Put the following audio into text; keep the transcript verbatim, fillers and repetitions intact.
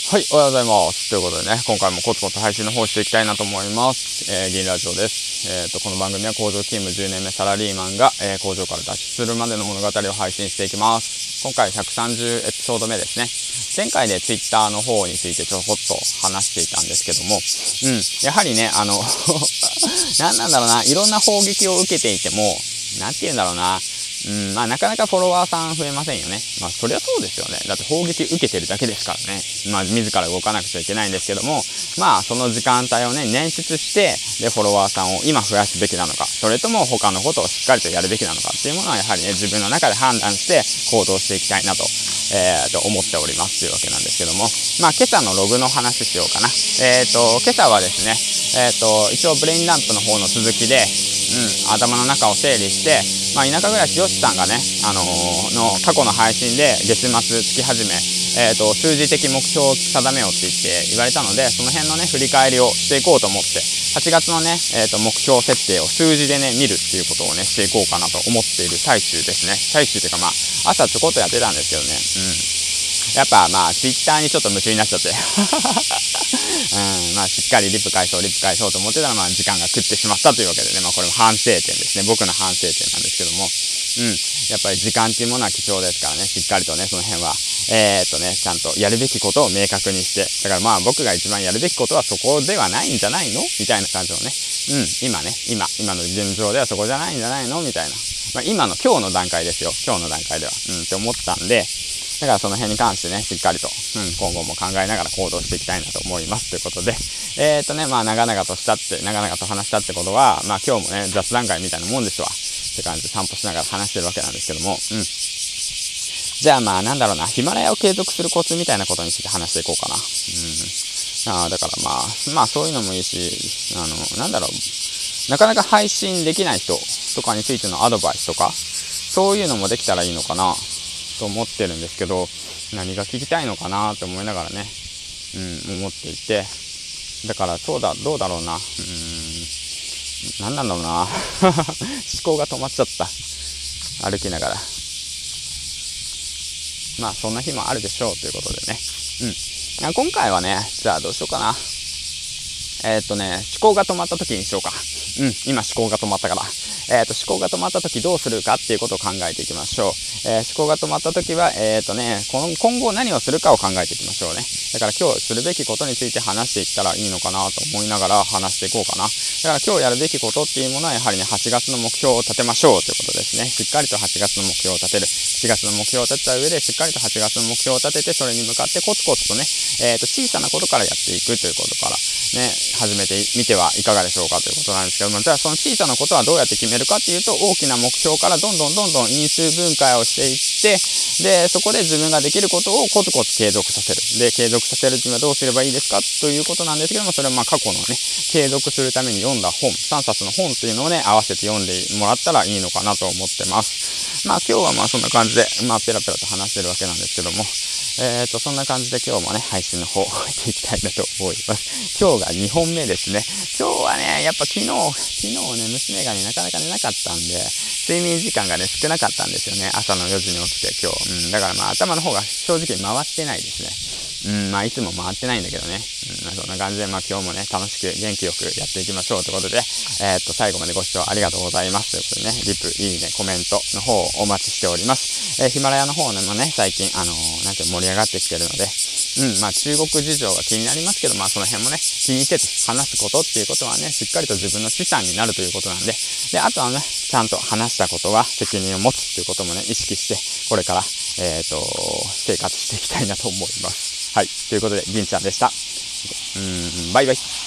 はい、おはようございます。ということでね、今回もコツコツ配信の方していきたいなと思います。えー、銀ラジオです。えーと、この番組は工場勤務じゅうねんめサラリーマンが、えー、工場から脱出するまでの物語を配信していきます。今回ひゃくさんじゅうエピソード目ですね。前回でツイッターの方についてちょこっと話していたんですけども、うん、やはりね、あの、なんなんだろうな、いろんな砲撃を受けていても、なんて言うんだろうな、うん、まあなかなかフォロワーさん増えませんよね。まあそりゃそうですよね。だって砲撃受けてるだけですからね。まあ自ら動かなくちゃいけないんですけども、まあその時間帯をね、捻出して、で、フォロワーさんを今増やすべきなのか、それとも他のことをしっかりとやるべきなのかっていうものはやはりね、自分の中で判断して行動していきたいなと、えー、と思っておりますというわけなんですけども、まあ今朝のログの話しようかな。えっ、ー、と、今朝はですね、えっ、ー、と、一応ブレインランプの方の続きで、うん、頭の中を整理して、まあ、田舎暮らしよしさんがね、あのー、の過去の配信で月末月始め、えーと、数字的目標を定めようって言って言われたので、その辺のね、振り返りをしていこうと思って、はちがつのね、えーと、目標設定を数字でね、見るっていうことをね、していこうかなと思っている最中ですね。最中というかまあ、朝ちょこっとやってたんですけどね、うん。やっぱまあ、ツイッターにちょっと夢中になっちゃって。うん、まあ、しっかりリプ返そう、リプ返そうと思ってたら、まあ、時間が食ってしまったというわけでね、まあ、これも反省点ですね。僕の反省点なんですけども。うん。やっぱり時間っていうものは貴重ですからね、しっかりとね、その辺は、えー、っとね、ちゃんとやるべきことを明確にして、だからまあ、僕が一番やるべきことはそこではないんじゃないのみたいな感じのね。うん、今ね、今、今の現状ではそこじゃないんじゃないのみたいな。まあ、今の今日の段階ですよ。今日の段階では。うん、って思ったんで、だからその辺に関してね、しっかりと、うん、今後も考えながら行動していきたいなと思います。ということで、えーっとね、まあ、長々としたって、長々と話したってことは、まあ、今日もね、雑談会みたいなもんですわ。って感じで散歩しながら話してるわけなんですけども、うん。じゃあまあ、なんだろうな、ヒマラヤを継続するコツみたいなことについて話していこうかな。うん。あだからまあ、まあ、そういうのもいいし、あの、なんだろう、なかなか配信できない人とかについてのアドバイスとか、そういうのもできたらいいのかな。と思ってるんですけど、何が聞きたいのかなと思いながらね、うん、思っていて、だからそうだ、どうだろうな、うーん、なんなんだろうな、思考が止まっちゃった。歩きながら。まあそんな日もあるでしょうということでね。うん。今回はね、じゃあどうしようかな。えー、っとね、思考が止まった時にしようか。うん、今思考が止まったから。えー、っと、思考が止まった時どうするかっていうことを考えていきましょう。えー、思考が止まった時は、えー、っとね、今後何をするかを考えていきましょうね。だから今日するべきことについて話していったらいいのかなと思いながら話していこうかな。だから今日やるべきことっていうものはやはりね、はちがつの目標を立てましょうということですね。しっかりとはちがつの目標を立てる。しちがつの目標を立てた上で、しっかりとはちがつの目標を立てて、それに向かってコツコツとね、えー、っと、小さなことからやっていくということから、ね、始めてみてはいかがでしょうかということなんですけども、じゃあその小さなことはどうやって決めるかっていうと、大きな目標からどんどんどんどん因数分解をしていって、で、そこで自分ができることをコツコツ継続させる。で、継続させるにはどうすればいいですかということなんですけども、それはまあ過去のね、継続するために読んだ本、さんさつの本っていうのをね、合わせて読んでもらったらいいのかなと思ってます。まあ今日はまあそんな感じで、まあペラペラと話してるわけなんですけども、えーと、そんな感じで今日もね、配信の方を終えていきたいなと思います。今日がにほんめですね。今日はね、やっぱ昨日、昨日ね、娘がね、なかなか寝なかったんで、睡眠時間がね、少なかったんですよね。朝のよじに起きて今日。うん、だからまあ頭の方が正直回ってないですね。うん、まあいつも回ってないんだけどね。うん、まあ、そんな感じで、まあ今日もね、楽しく元気よくやっていきましょうということで、えー、っと、最後までご視聴ありがとうございます。ということでね、リプ、いいね、コメントの方をお待ちしております。えー、ヒマラヤの方でもね、最近、あのー、なんて盛り上がってきてるので、うん、まあ中国事情が気になりますけど、まあその辺もね、気にせず話すことっていうことはね、しっかりと自分の資産になるということなんで、で、あとはね、ちゃんと話したことは責任を持つということもね、意識して、これから、えっと、生活していきたいなと思います。はい。ということで、銀ちゃんでした。うーん、バイバイ。